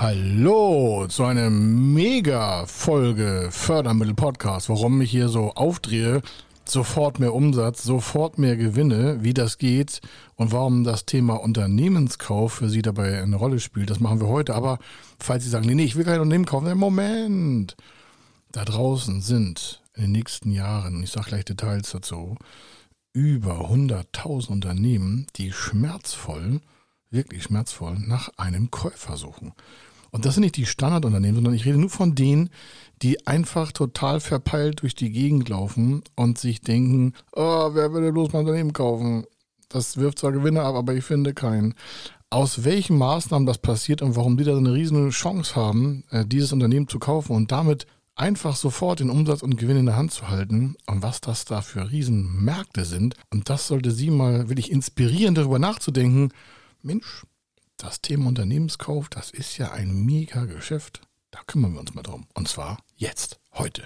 Hallo zu einer Mega-Folge Fördermittel-Podcast. Warum ich hier so aufdrehe, sofort mehr Umsatz, sofort mehr Gewinne, wie das geht und warum das Thema Unternehmenskauf für Sie dabei eine Rolle spielt. Das machen wir heute. Aber falls Sie sagen, nee, ich will kein Unternehmen kaufen, Moment. Da draußen sind in den nächsten Jahren, ich sage gleich Details dazu, über 100.000 Unternehmen, die wirklich schmerzvoll nach einem Käufer suchen. Und das sind nicht die Standardunternehmen, sondern ich rede nur von denen, die einfach total verpeilt durch die Gegend laufen und sich denken, oh, wer würde bloß mein Unternehmen kaufen? Das wirft zwar Gewinne ab, aber ich finde keinen. Aus welchen Maßnahmen das passiert und warum die da eine riesen Chance haben, dieses Unternehmen zu kaufen und damit einfach sofort den Umsatz und Gewinn in der Hand zu halten und was das da für Riesenmärkte sind. Und das sollte Sie mal wirklich inspirieren, darüber nachzudenken, Mensch, das Thema Unternehmenskauf, das ist ja ein mega Geschäft. Da kümmern wir uns mal drum. Und zwar jetzt, heute.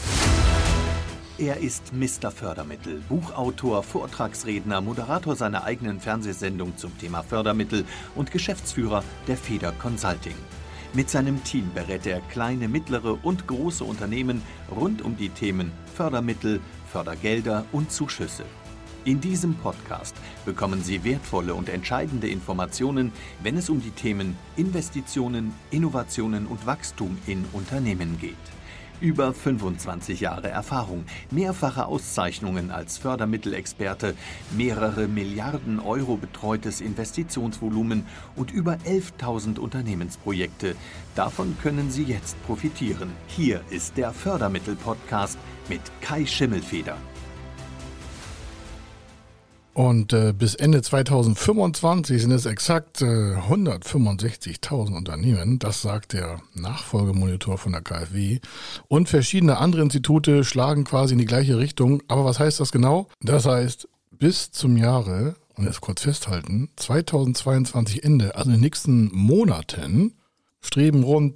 Er ist Mr. Fördermittel, Buchautor, Vortragsredner, Moderator seiner eigenen Fernsehsendung zum Thema Fördermittel und Geschäftsführer der Feder Consulting. Mit seinem Team berät er kleine, mittlere und große Unternehmen rund um die Themen Fördermittel, Fördergelder und Zuschüsse. In diesem Podcast bekommen Sie wertvolle und entscheidende Informationen, wenn es um die Themen Investitionen, Innovationen und Wachstum in Unternehmen geht. Über 25 Jahre Erfahrung, mehrfache Auszeichnungen als Fördermittelexperte, mehrere Milliarden Euro betreutes Investitionsvolumen und über 11.000 Unternehmensprojekte. Davon können Sie jetzt profitieren. Hier ist der Fördermittel-Podcast mit Kai Schimmelfeder. Und bis Ende 2025 sind es exakt 165.000 Unternehmen, das sagt der Nachfolgemonitor von der KfW. Und verschiedene andere Institute schlagen quasi in die gleiche Richtung. Aber was heißt das genau? Das heißt, bis zum Jahre, und jetzt kurz festhalten, 2022 Ende, also in den nächsten Monaten, streben rund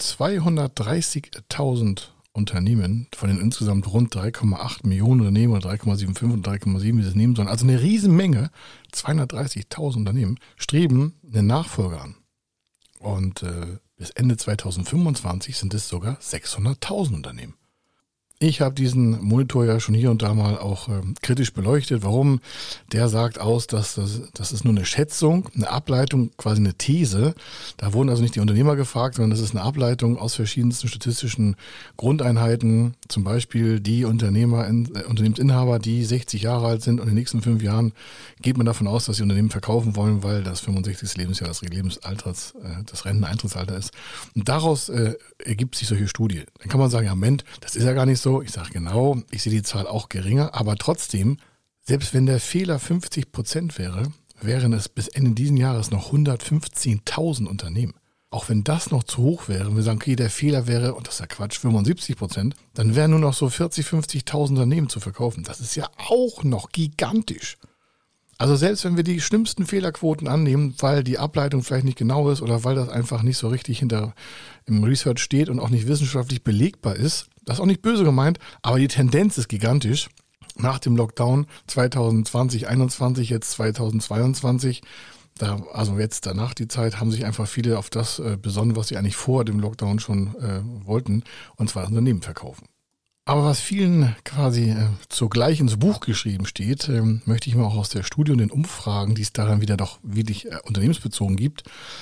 230.000 Unternehmen von den insgesamt rund 3,8 Millionen Unternehmen oder 3,75 und 3,7, wie sie es nehmen sollen. Also eine Riesenmenge, 230.000 Unternehmen, streben einen Nachfolger an. Und bis Ende 2025 sind es sogar 600.000 Unternehmen. Ich habe diesen Monitor ja schon hier und da mal auch kritisch beleuchtet. Warum? Der sagt aus, dass das ist nur eine Schätzung, eine Ableitung, quasi eine These. Da wurden also nicht die Unternehmer gefragt, sondern das ist eine Ableitung aus verschiedensten statistischen Grundeinheiten. Zum Beispiel die Unternehmensinhaber, die 60 Jahre alt sind und in den nächsten 5 Jahren geht man davon aus, dass sie Unternehmen verkaufen wollen, weil das 65. Lebensjahr das das Renteneintrittsalter ist. Und daraus ergibt sich solche Studie. Dann kann man sagen, ja Moment, das ist ja gar nicht so. Ich sage genau, ich sehe die Zahl auch geringer, aber trotzdem, selbst wenn der Fehler 50% wäre, wären es bis Ende dieses Jahres noch 115.000 Unternehmen. Auch wenn das noch zu hoch wäre, und wir sagen, okay, der Fehler wäre, und das ist ja Quatsch, 75%, dann wären nur noch so 50.000 Unternehmen zu verkaufen. Das ist ja auch noch gigantisch. Also selbst wenn wir die schlimmsten Fehlerquoten annehmen, weil die Ableitung vielleicht nicht genau ist oder weil das einfach nicht so richtig im Research steht und auch nicht wissenschaftlich belegbar ist, das ist auch nicht böse gemeint, aber die Tendenz ist gigantisch. Nach dem Lockdown 2020, 2021, jetzt 2022, also jetzt danach die Zeit, haben sich einfach viele auf das besonnen, was sie eigentlich vor dem Lockdown schon wollten, und zwar das Unternehmen verkaufen. Aber was vielen quasi zugleich ins Buch geschrieben steht, möchte ich mal auch aus der Studie und den Umfragen, die es daran wieder doch wirklich unternehmensbezogen gibt.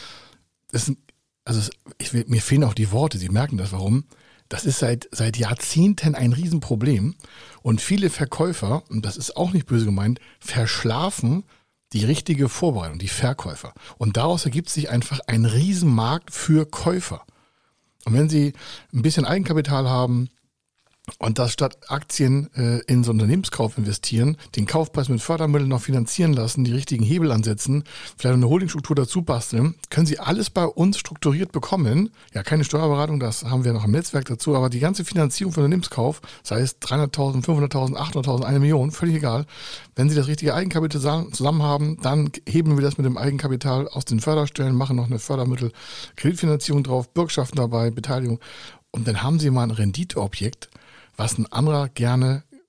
Mir fehlen auch die Worte, Sie merken das, warum. Das ist seit Jahrzehnten ein Riesenproblem. Und viele Verkäufer, und das ist auch nicht böse gemeint, verschlafen die richtige Vorbereitung, die Verkäufer. Und daraus ergibt sich einfach ein Riesenmarkt für Käufer. Und wenn Sie ein bisschen Eigenkapital haben, und das statt Aktien in so einen Unternehmenskauf investieren, den Kaufpreis mit Fördermitteln noch finanzieren lassen, die richtigen Hebel ansetzen, vielleicht eine Holdingstruktur dazu basteln, können Sie alles bei uns strukturiert bekommen. Ja, keine Steuerberatung, das haben wir noch im Netzwerk dazu, aber die ganze Finanzierung für den Unternehmenskauf, sei es 300.000, 500.000, 800.000, 1 Million, völlig egal. Wenn Sie das richtige Eigenkapital zusammen haben, dann heben wir das mit dem Eigenkapital aus den Förderstellen, machen noch eine Fördermittel-Kreditfinanzierung drauf, Bürgschaften dabei, Beteiligung. Und dann haben Sie mal ein Renditeobjekt, was ein anderer gerne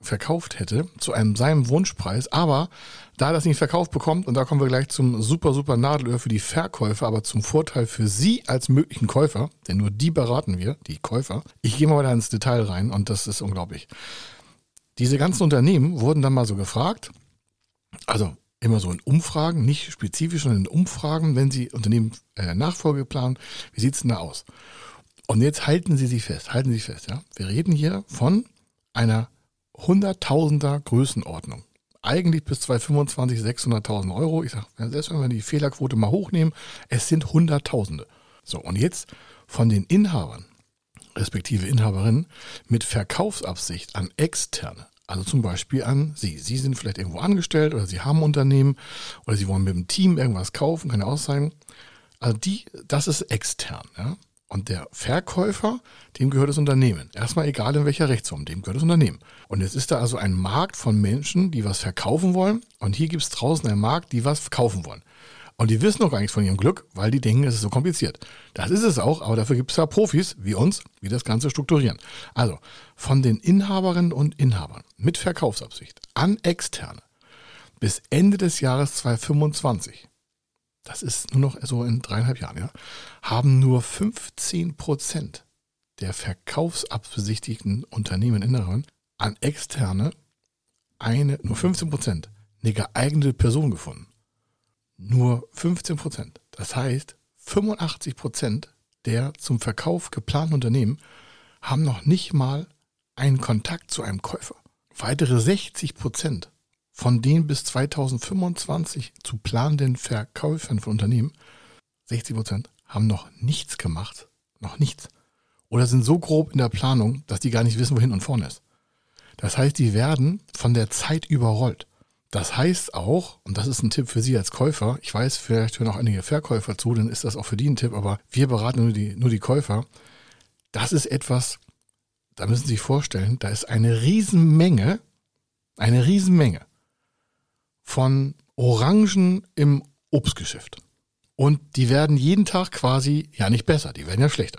verkauft hätte zu seinem Wunschpreis, aber da er das nicht verkauft bekommt, und da kommen wir gleich zum super Nadelöhr für die Verkäufer, aber zum Vorteil für Sie als möglichen Käufer, denn nur die beraten wir, die Käufer. Ich gehe mal weiter ins Detail rein und das ist unglaublich. Diese ganzen Unternehmen wurden dann mal so gefragt, also immer so in Umfragen, nicht spezifisch, sondern in Umfragen, wenn Sie Unternehmen Nachfolge planen, wie sieht es denn da aus? Und jetzt halten Sie sich fest, ja. Wir reden hier von einer 100.000er Größenordnung. Eigentlich bis 2025 600.000 Euro. Ich sage, selbst wenn wir die Fehlerquote mal hochnehmen, es sind Hunderttausende. So, und jetzt von den Inhabern, respektive Inhaberinnen, mit Verkaufsabsicht an Externe, also zum Beispiel an Sie. Sie sind vielleicht irgendwo angestellt oder Sie haben ein Unternehmen oder Sie wollen mit dem Team irgendwas kaufen, kann ja auch sein. Also das ist extern, ja. Und der Verkäufer, dem gehört das Unternehmen. Erstmal egal in welcher Rechtsform, dem gehört das Unternehmen. Und jetzt ist da also ein Markt von Menschen, die was verkaufen wollen. Und hier gibt es draußen einen Markt, die was verkaufen wollen. Und die wissen noch gar nichts von ihrem Glück, weil die denken, es ist so kompliziert. Das ist es auch, aber dafür gibt es ja Profis wie uns, die das Ganze strukturieren. Also von den Inhaberinnen und Inhabern mit Verkaufsabsicht an Externe bis Ende des Jahres 2025, das ist nur noch so in 3,5 Jahren, ja, haben nur 15% der verkaufsabsichtigten Unternehmen Inhaberinnen an Externe nur 15% eine geeignete Person gefunden. Nur 15%. Das heißt, 85% der zum Verkauf geplanten Unternehmen haben noch nicht mal einen Kontakt zu einem Käufer. Weitere 60% von den bis 2025 zu planenden Verkäufern von Unternehmen, 60% haben noch nichts gemacht. Noch nichts. Oder sind so grob in der Planung, dass die gar nicht wissen, wohin und vorne ist. Das heißt, die werden von der Zeit überrollt. Das heißt auch, und das ist ein Tipp für Sie als Käufer, ich weiß, vielleicht hören auch einige Verkäufer zu, dann ist das auch für die ein Tipp, aber wir beraten nur die Käufer. Das ist etwas, da müssen Sie sich vorstellen, da ist eine Riesenmenge von Orangen im Obstgeschäft. Und die werden jeden Tag quasi, ja nicht besser, die werden ja schlechter.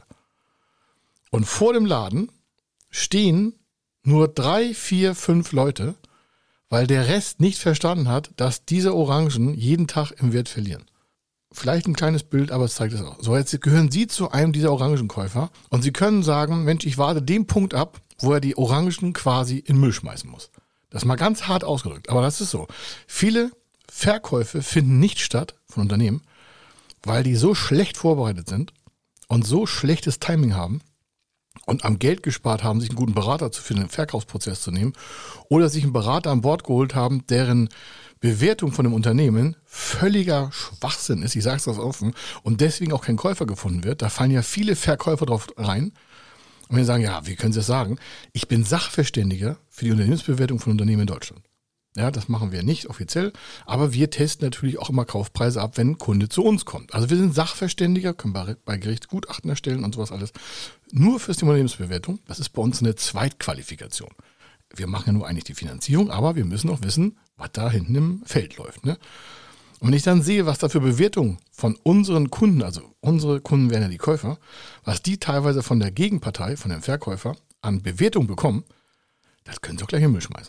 Und vor dem Laden stehen nur 3, 4, 5 Leute, weil der Rest nicht verstanden hat, dass diese Orangen jeden Tag im Wert verlieren. Vielleicht ein kleines Bild, aber es zeigt es auch. So, jetzt gehören Sie zu einem dieser Orangenkäufer und Sie können sagen, Mensch, ich warte den Punkt ab, wo er die Orangen quasi in Müll schmeißen muss. Das ist mal ganz hart ausgedrückt, aber das ist so. Viele Verkäufe finden nicht statt von Unternehmen, weil die so schlecht vorbereitet sind und so schlechtes Timing haben und am Geld gespart haben, sich einen guten Berater für den Verkaufsprozess zu nehmen oder sich einen Berater an Bord geholt haben, deren Bewertung von dem Unternehmen völliger Schwachsinn ist, ich sage es ganz offen, und deswegen auch kein Käufer gefunden wird. Da fallen ja viele Verkäufer drauf rein. Und wir sagen, ja, wie können Sie das sagen? Ich bin Sachverständiger für die Unternehmensbewertung von Unternehmen in Deutschland. Ja, das machen wir nicht offiziell, aber wir testen natürlich auch immer Kaufpreise ab, wenn ein Kunde zu uns kommt. Also wir sind Sachverständiger, können bei Gericht Gutachten erstellen und sowas alles. Nur fürs Thema Unternehmensbewertung, das ist bei uns eine Zweitqualifikation. Wir machen ja nur eigentlich die Finanzierung, aber wir müssen auch wissen, was da hinten im Feld läuft. Ne? Und wenn ich dann sehe, was da für Bewertungen von unseren Kunden, also unsere Kunden wären ja die Käufer, was die teilweise von der Gegenpartei, von dem Verkäufer an Bewertung bekommen, das können sie auch gleich in den Müll schmeißen.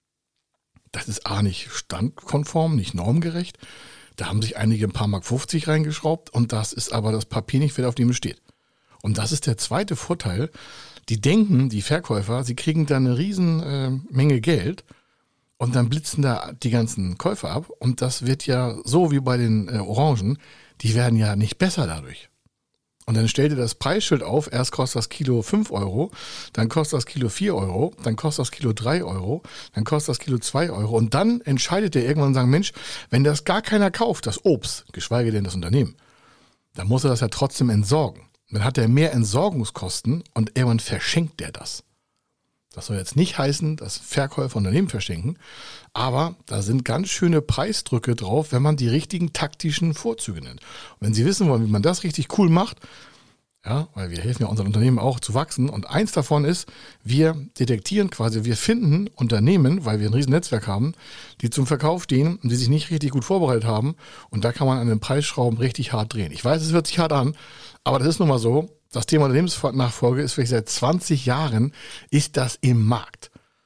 Das ist A, nicht standkonform, nicht normgerecht. Da haben sich einige ein paar Mark 50 reingeschraubt und das ist aber das Papier nicht wert, auf dem es steht. Und das ist der zweite Vorteil. Die denken, die Verkäufer, sie kriegen da eine riesen Menge Geld und dann blitzen da die ganzen Käufer ab. Und das wird ja so wie bei den Orangen, die werden ja nicht besser dadurch. Und dann stellt ihr das Preisschild auf, erst kostet das Kilo 5 Euro, dann kostet das Kilo 4 Euro, dann kostet das Kilo 3 Euro, dann kostet das Kilo 2 Euro. Und dann entscheidet ihr irgendwann und sagt, Mensch, wenn das gar keiner kauft, das Obst, geschweige denn das Unternehmen, dann muss er das ja trotzdem entsorgen. Dann hat er mehr Entsorgungskosten und irgendwann verschenkt er das. Das soll jetzt nicht heißen, dass Verkäufer Unternehmen verschenken, aber da sind ganz schöne Preisdrücke drauf, wenn man die richtigen taktischen Vorzüge nennt. Und wenn Sie wissen wollen, wie man das richtig cool macht, ja, weil wir helfen ja unseren Unternehmen auch zu wachsen und eins davon ist, wir detektieren quasi, wir finden Unternehmen, weil wir ein riesen Netzwerk haben, die zum Verkauf stehen und die sich nicht richtig gut vorbereitet haben und da kann man an den Preisschrauben richtig hart drehen. Ich weiß, es hört sich hart an, aber das ist nun mal so. Das Thema Unternehmensnachfolge ist vielleicht seit 20 Jahren, ist das im Markt.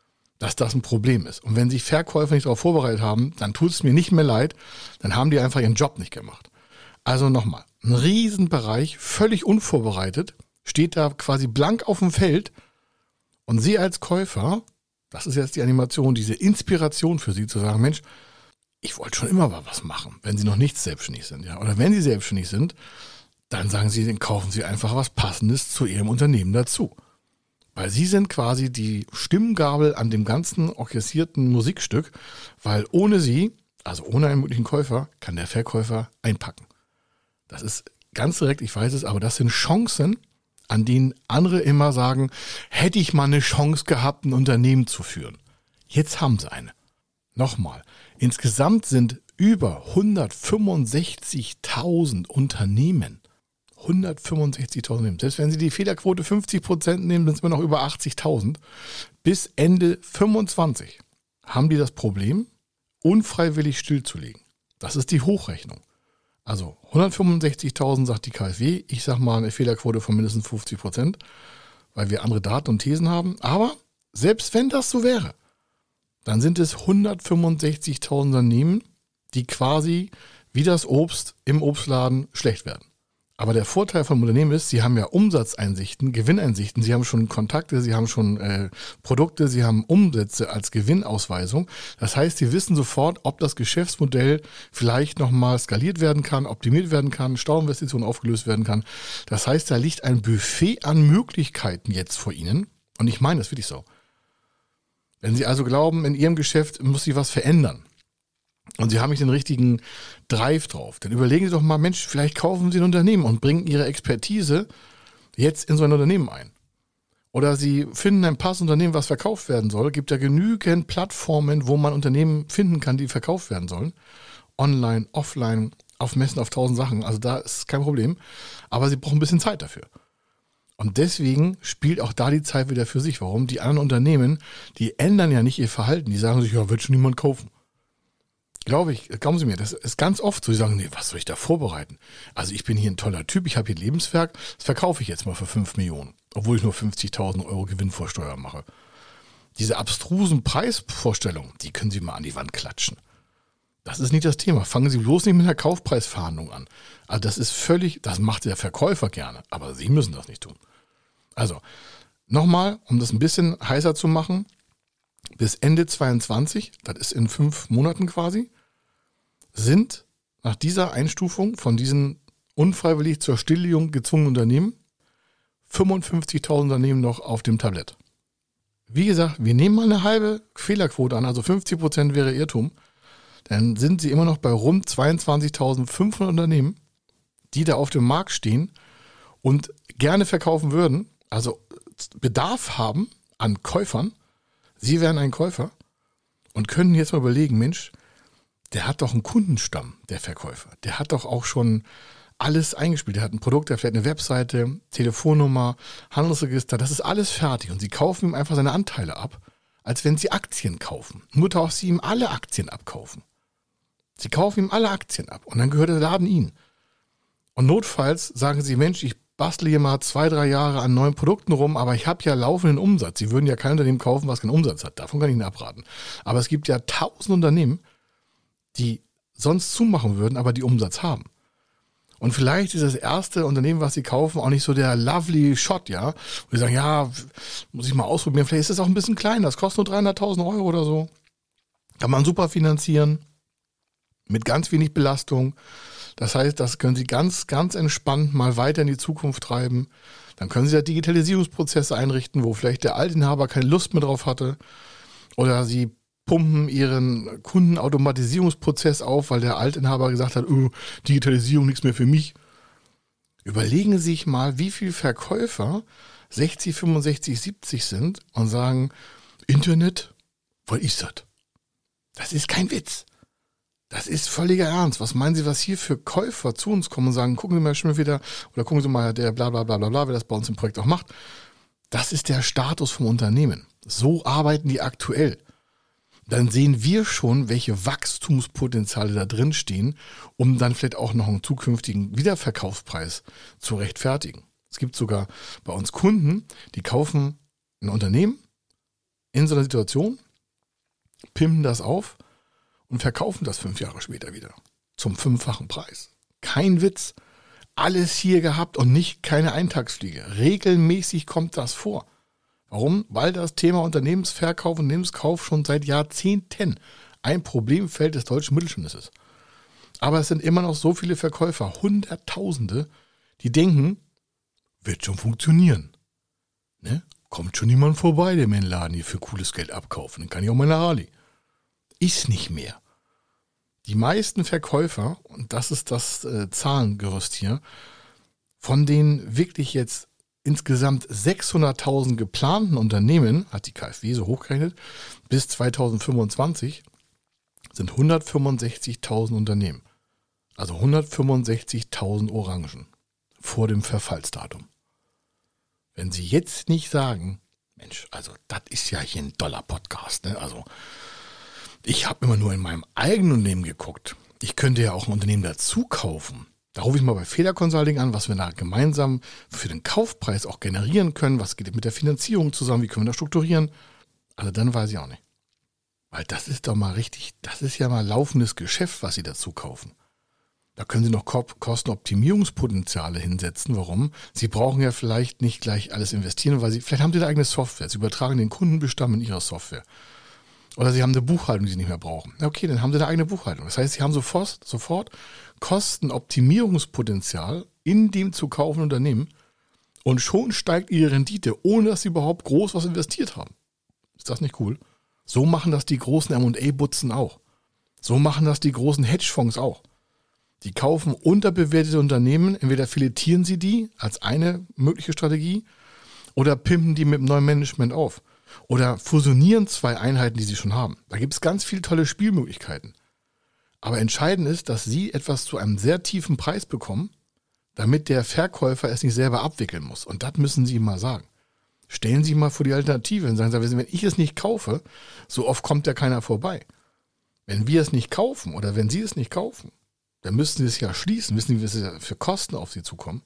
dass das ein Problem ist. Und wenn sich Verkäufer nicht darauf vorbereitet haben, dann tut es mir nicht mehr leid, dann haben die einfach ihren Job nicht gemacht. Also nochmal, ein Riesenbereich, völlig unvorbereitet, steht da quasi blank auf dem Feld und Sie als Käufer, das ist jetzt die Animation, diese Inspiration für Sie zu sagen, Mensch, ich wollte schon immer mal was machen, wenn Sie noch nicht selbstständig sind. Ja? Oder wenn Sie selbstständig sind, dann sagen Sie, dann kaufen Sie einfach was Passendes zu Ihrem Unternehmen dazu. Weil Sie sind quasi die Stimmgabel an dem ganzen orchestrierten Musikstück, weil ohne Sie, also ohne einen möglichen Käufer, kann der Verkäufer einpacken. Das ist ganz direkt, ich weiß es, aber das sind Chancen, an denen andere immer sagen, hätte ich mal eine Chance gehabt, ein Unternehmen zu führen. Jetzt haben Sie eine. Nochmal, insgesamt sind über 165.000 Unternehmen. 165.000 Unternehmen. Selbst wenn Sie die Fehlerquote 50% nehmen, sind es immer noch über 80.000. Bis Ende 25 haben die das Problem, unfreiwillig stillzulegen. Das ist die Hochrechnung. Also 165.000 sagt die KfW. Ich sage mal eine Fehlerquote von mindestens 50%, weil wir andere Daten und Thesen haben. Aber selbst wenn das so wäre, dann sind es 165.000 Unternehmen, die quasi wie das Obst im Obstladen schlecht werden. Aber der Vorteil vom Unternehmen ist, Sie haben ja Umsatzeinsichten, Gewinneinsichten, Sie haben schon Kontakte, Sie haben schon Produkte, Sie haben Umsätze als Gewinnausweisung. Das heißt, Sie wissen sofort, ob das Geschäftsmodell vielleicht nochmal skaliert werden kann, optimiert werden kann, Steuerinvestitionen aufgelöst werden kann. Das heißt, da liegt ein Buffet an Möglichkeiten jetzt vor Ihnen. Und ich meine das wirklich so. Wenn Sie also glauben, in Ihrem Geschäft muss sich was verändern, und Sie haben nicht den richtigen Drive drauf, dann überlegen Sie doch mal, Mensch, vielleicht kaufen Sie ein Unternehmen und bringen Ihre Expertise jetzt in so ein Unternehmen ein. Oder Sie finden ein passendes Unternehmen, was verkauft werden soll. Gibt ja genügend Plattformen, wo man Unternehmen finden kann, die verkauft werden sollen. Online, offline, auf Messen, auf 1000 Sachen. Also da ist kein Problem. Aber Sie brauchen ein bisschen Zeit dafür. Und deswegen spielt auch da die Zeit wieder für sich. Warum? Die anderen Unternehmen, die ändern ja nicht ihr Verhalten. Die sagen sich, ja, wird schon niemand kaufen. Glauben Sie mir, das ist ganz oft so, Sie sagen, nee, was soll ich da vorbereiten? Also ich bin hier ein toller Typ, ich habe hier ein Lebenswerk, das verkaufe ich jetzt mal für 5 Millionen, obwohl ich nur 50.000 Euro Gewinn vor Steuer mache. Diese abstrusen Preisvorstellungen, die können Sie mal an die Wand klatschen. Das ist nicht das Thema. Fangen Sie bloß nicht mit einer Kaufpreisverhandlung an. Also das ist völlig, das macht der Verkäufer gerne, aber Sie müssen das nicht tun. Also, nochmal, um das ein bisschen heißer zu machen, bis Ende 22, das ist in 5 Monaten quasi, sind nach dieser Einstufung von diesen unfreiwillig zur Stilllegung gezwungenen Unternehmen 55.000 Unternehmen noch auf dem Tablett. Wie gesagt, wir nehmen mal eine halbe Fehlerquote an, also 50% wäre Irrtum, dann sind Sie immer noch bei rund 22.500 Unternehmen, die da auf dem Markt stehen und gerne verkaufen würden, also Bedarf haben an Käufern. Sie wären ein Käufer und können jetzt mal überlegen, Mensch, der hat doch einen Kundenstamm, der Verkäufer. Der hat doch auch schon alles eingespielt. Der hat ein Produkt, der hat vielleicht eine Webseite, Telefonnummer, Handelsregister, das ist alles fertig. Und Sie kaufen ihm einfach seine Anteile ab, als wenn Sie Aktien kaufen. Nur darf Sie ihm alle Aktien abkaufen. Sie kaufen ihm alle Aktien ab und dann gehört der Laden Ihnen. Und notfalls sagen Sie, Mensch, ich bastle hier mal 2-3 Jahre an neuen Produkten rum, aber ich habe ja laufenden Umsatz. Sie würden ja kein Unternehmen kaufen, was keinen Umsatz hat. Davon kann ich Ihnen abraten. Aber es gibt ja 1000 Unternehmen, die sonst zumachen würden, aber die Umsatz haben. Und vielleicht ist das erste Unternehmen, was Sie kaufen, auch nicht so der lovely Shot, ja. Und Sie sagen, ja, muss ich mal ausprobieren. Vielleicht ist es auch ein bisschen kleiner. Das kostet nur 300.000 Euro oder so. Kann man super finanzieren. Mit ganz wenig Belastung. Das heißt, das können Sie ganz, ganz entspannt mal weiter in die Zukunft treiben. Dann können Sie ja Digitalisierungsprozesse einrichten, wo vielleicht der Altinhaber keine Lust mehr drauf hatte. Oder Sie pumpen Ihren Kundenautomatisierungsprozess auf, weil der Altinhaber gesagt hat, oh, Digitalisierung, nichts mehr für mich. Überlegen Sie sich mal, wie viele Verkäufer 60, 65, 70 sind und sagen, Internet, was ist das? Das ist kein Witz. Das ist völliger Ernst. Was meinen Sie, was hier für Käufer zu uns kommen und sagen, gucken Sie mal schon wieder, oder gucken Sie mal, der bla bla bla bla bla, wer das bei uns im Projekt auch macht. Das ist der Status vom Unternehmen. So arbeiten die aktuell. Dann sehen wir schon, welche Wachstumspotenziale da drin stehen, um dann vielleicht auch noch einen zukünftigen Wiederverkaufspreis zu rechtfertigen. Es gibt sogar bei uns Kunden, die kaufen ein Unternehmen in so einer Situation, pimpen das auf und verkaufen das 5 Jahre später wieder. Zum 5-fachen Preis. Kein Witz. Alles hier gehabt und keine Eintagsfliege. Regelmäßig kommt das vor. Warum? Weil das Thema Unternehmensverkauf und Unternehmenskauf schon seit Jahrzehnten ein Problemfeld des deutschen Mittelstandes ist. Aber es sind immer noch so viele Verkäufer, Hunderttausende, die denken, wird schon funktionieren. Ne? Kommt schon jemand vorbei, der mir einen Laden hier für cooles Geld abkaufen. Dann kann ich auch meine Harley. Ist nicht mehr. Die meisten Verkäufer, und das ist das Zahlengerüst hier, von den wirklich jetzt insgesamt 600.000 geplanten Unternehmen, hat die KfW so hochgerechnet, bis 2025 sind 165.000 Unternehmen. Also 165.000 Orangen vor dem Verfallsdatum. Wenn Sie jetzt nicht sagen, Mensch, also das ist ja hier ein Dollar-Podcast, ne? Also ich habe immer nur in meinem eigenen Unternehmen geguckt. Ich könnte ja auch ein Unternehmen dazu kaufen. Da rufe ich mal bei Feder Consulting an, was wir da gemeinsam für den Kaufpreis auch generieren können. Was geht mit der Finanzierung zusammen? Wie können wir das strukturieren? Also dann weiß ich auch nicht. Weil das ist doch mal richtig, das ist ja mal laufendes Geschäft, was Sie dazu kaufen. Da können Sie noch Kostenoptimierungspotenziale hinsetzen. Warum? Sie brauchen ja vielleicht nicht gleich alles investieren, weil vielleicht haben Sie eine eigene Software. Sie übertragen den Kundenbestand in Ihrer Software. Oder Sie haben eine Buchhaltung, die Sie nicht mehr brauchen. Okay, dann haben Sie eine eigene Buchhaltung. Das heißt, Sie haben sofort Kostenoptimierungspotenzial in dem zu kaufenden Unternehmen und schon steigt Ihre Rendite, ohne dass Sie überhaupt groß was investiert haben. Ist das nicht cool? So machen das die großen M&A-Butzen auch. So machen das die großen Hedgefonds auch. Die kaufen unterbewertete Unternehmen, entweder filetieren sie die als eine mögliche Strategie oder pimpen die mit dem neuen Management auf. Oder fusionieren 2 Einheiten, die sie schon haben. Da gibt es ganz viele tolle Spielmöglichkeiten. Aber entscheidend ist, dass sie etwas zu einem sehr tiefen Preis bekommen, damit der Verkäufer es nicht selber abwickeln muss. Und das müssen Sie ihm mal sagen. Stellen Sie mal vor die Alternative und sagen Sie, wenn ich es nicht kaufe, so oft kommt ja keiner vorbei. Wenn wir es nicht kaufen oder wenn Sie es nicht kaufen, dann müssten Sie es ja schließen. Wissen Sie, was für Kosten auf Sie zukommen?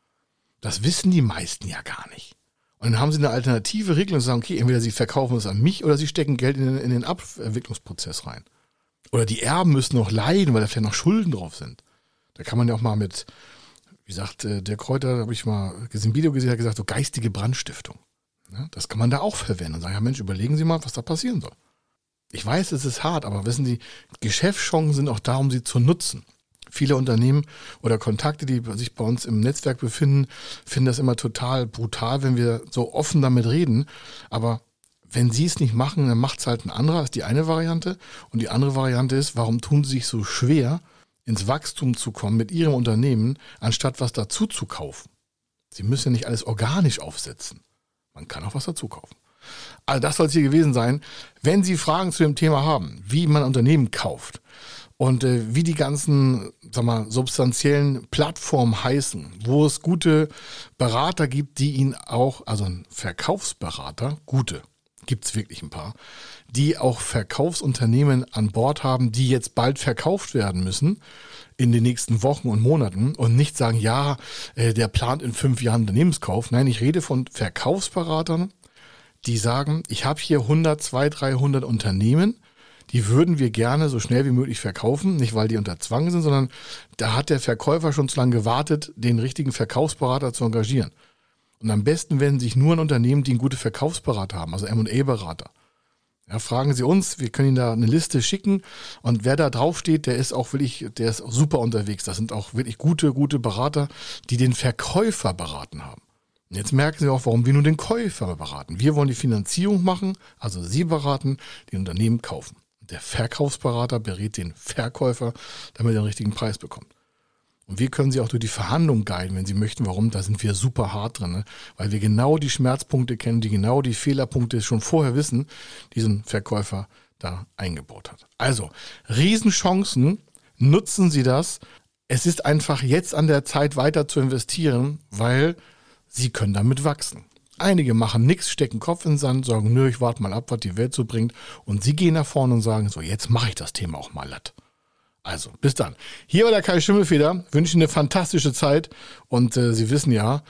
Das wissen die meisten ja gar nicht. Und dann haben sie eine alternative Regelung und sagen, okay, entweder sie verkaufen es an mich oder sie stecken Geld in den Abwicklungsprozess rein. Oder die Erben müssen noch leiden, weil da vielleicht noch Schulden drauf sind. Da kann man ja auch mal mit, wie sagt der Kräuter, habe ich mal ein Video gesehen, hat gesagt, so geistige Brandstiftung. Ja, das kann man da auch verwenden und sagen, ja Mensch, überlegen Sie mal, was da passieren soll. Ich weiß, es ist hart, aber wissen Sie, Geschäftschancen sind auch da, um sie zu nutzen. Viele Unternehmen oder Kontakte, die sich bei uns im Netzwerk befinden, finden das immer total brutal, wenn wir so offen damit reden. Aber wenn sie es nicht machen, dann macht es halt ein anderer, ist die eine Variante. Und die andere Variante ist, warum tun sie sich so schwer, ins Wachstum zu kommen mit ihrem Unternehmen, anstatt was dazu zu kaufen? Sie müssen ja nicht alles organisch aufsetzen. Man kann auch was dazu kaufen. Also das soll es hier gewesen sein. Wenn Sie Fragen zu dem Thema haben, wie man Unternehmen kauft, und wie die ganzen, substanziellen Plattformen heißen, wo es gute Berater gibt, die Ihnen auch, also Verkaufsberater, gute, gibt's wirklich ein paar, die auch Verkaufsunternehmen an Bord haben, die jetzt bald verkauft werden müssen in den nächsten Wochen und Monaten und nicht sagen, ja, der plant in 5 Jahren Unternehmenskauf. Nein, ich rede von Verkaufsberatern, die sagen, ich habe hier 100, 200, 300 Unternehmen, die würden wir gerne so schnell wie möglich verkaufen, nicht weil die unter Zwang sind, sondern da hat der Verkäufer schon zu lange gewartet, den richtigen Verkaufsberater zu engagieren. Und am besten wenden sich nur an Unternehmen, die einen guten Verkaufsberater haben, also M&A-Berater. Ja, fragen Sie uns, wir können Ihnen da eine Liste schicken und wer da draufsteht, der ist auch super unterwegs. Das sind auch wirklich gute Berater, die den Verkäufer beraten haben. Und jetzt merken Sie auch, warum wir nur den Käufer beraten. Wir wollen die Finanzierung machen, also Sie beraten, die Unternehmen kaufen. Der Verkaufsberater berät den Verkäufer, damit er den richtigen Preis bekommt. Und wir können Sie auch durch die Verhandlungen guiden, wenn Sie möchten. Warum? Da sind wir super hart drin, ne? Weil wir genau die Schmerzpunkte kennen, die genau die Fehlerpunkte schon vorher wissen, die so ein Verkäufer da eingebaut hat. Also, Riesenchancen, nutzen Sie das. Es ist einfach jetzt an der Zeit, weiter zu investieren, weil Sie können damit wachsen. Einige machen nichts, stecken Kopf in den Sand, sagen, nö, ich warte mal ab, was die Welt so bringt. Und sie gehen nach vorne und sagen, so, jetzt mache ich das Thema auch mal latt. Also, bis dann. Hier war der Kai Schimmelfeder, wünsche Ihnen eine fantastische Zeit und Sie wissen ja,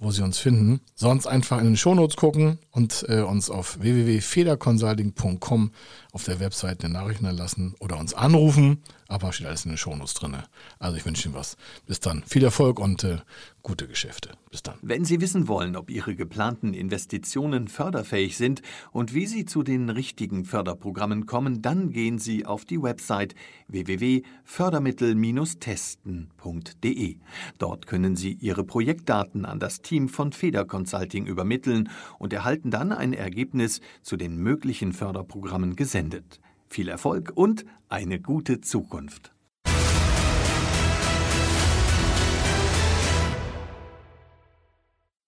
wo Sie uns finden. Sonst einfach in den Shownotes gucken und uns auf www.federconsulting.com auf der Website eine Nachricht hinterlassen oder uns anrufen. Aber steht alles in den Shownotes drin. Also ich wünsche Ihnen was. Bis dann. Viel Erfolg und gute Geschäfte. Bis dann. Wenn Sie wissen wollen, ob Ihre geplanten Investitionen förderfähig sind und wie Sie zu den richtigen Förderprogrammen kommen, dann gehen Sie auf die Website www.fördermittel-testen.de. Dort können Sie Ihre Projektdaten an das Team von Feder Consulting übermitteln und erhalten dann ein Ergebnis zu den möglichen Förderprogrammen gesendet. Viel Erfolg und eine gute Zukunft!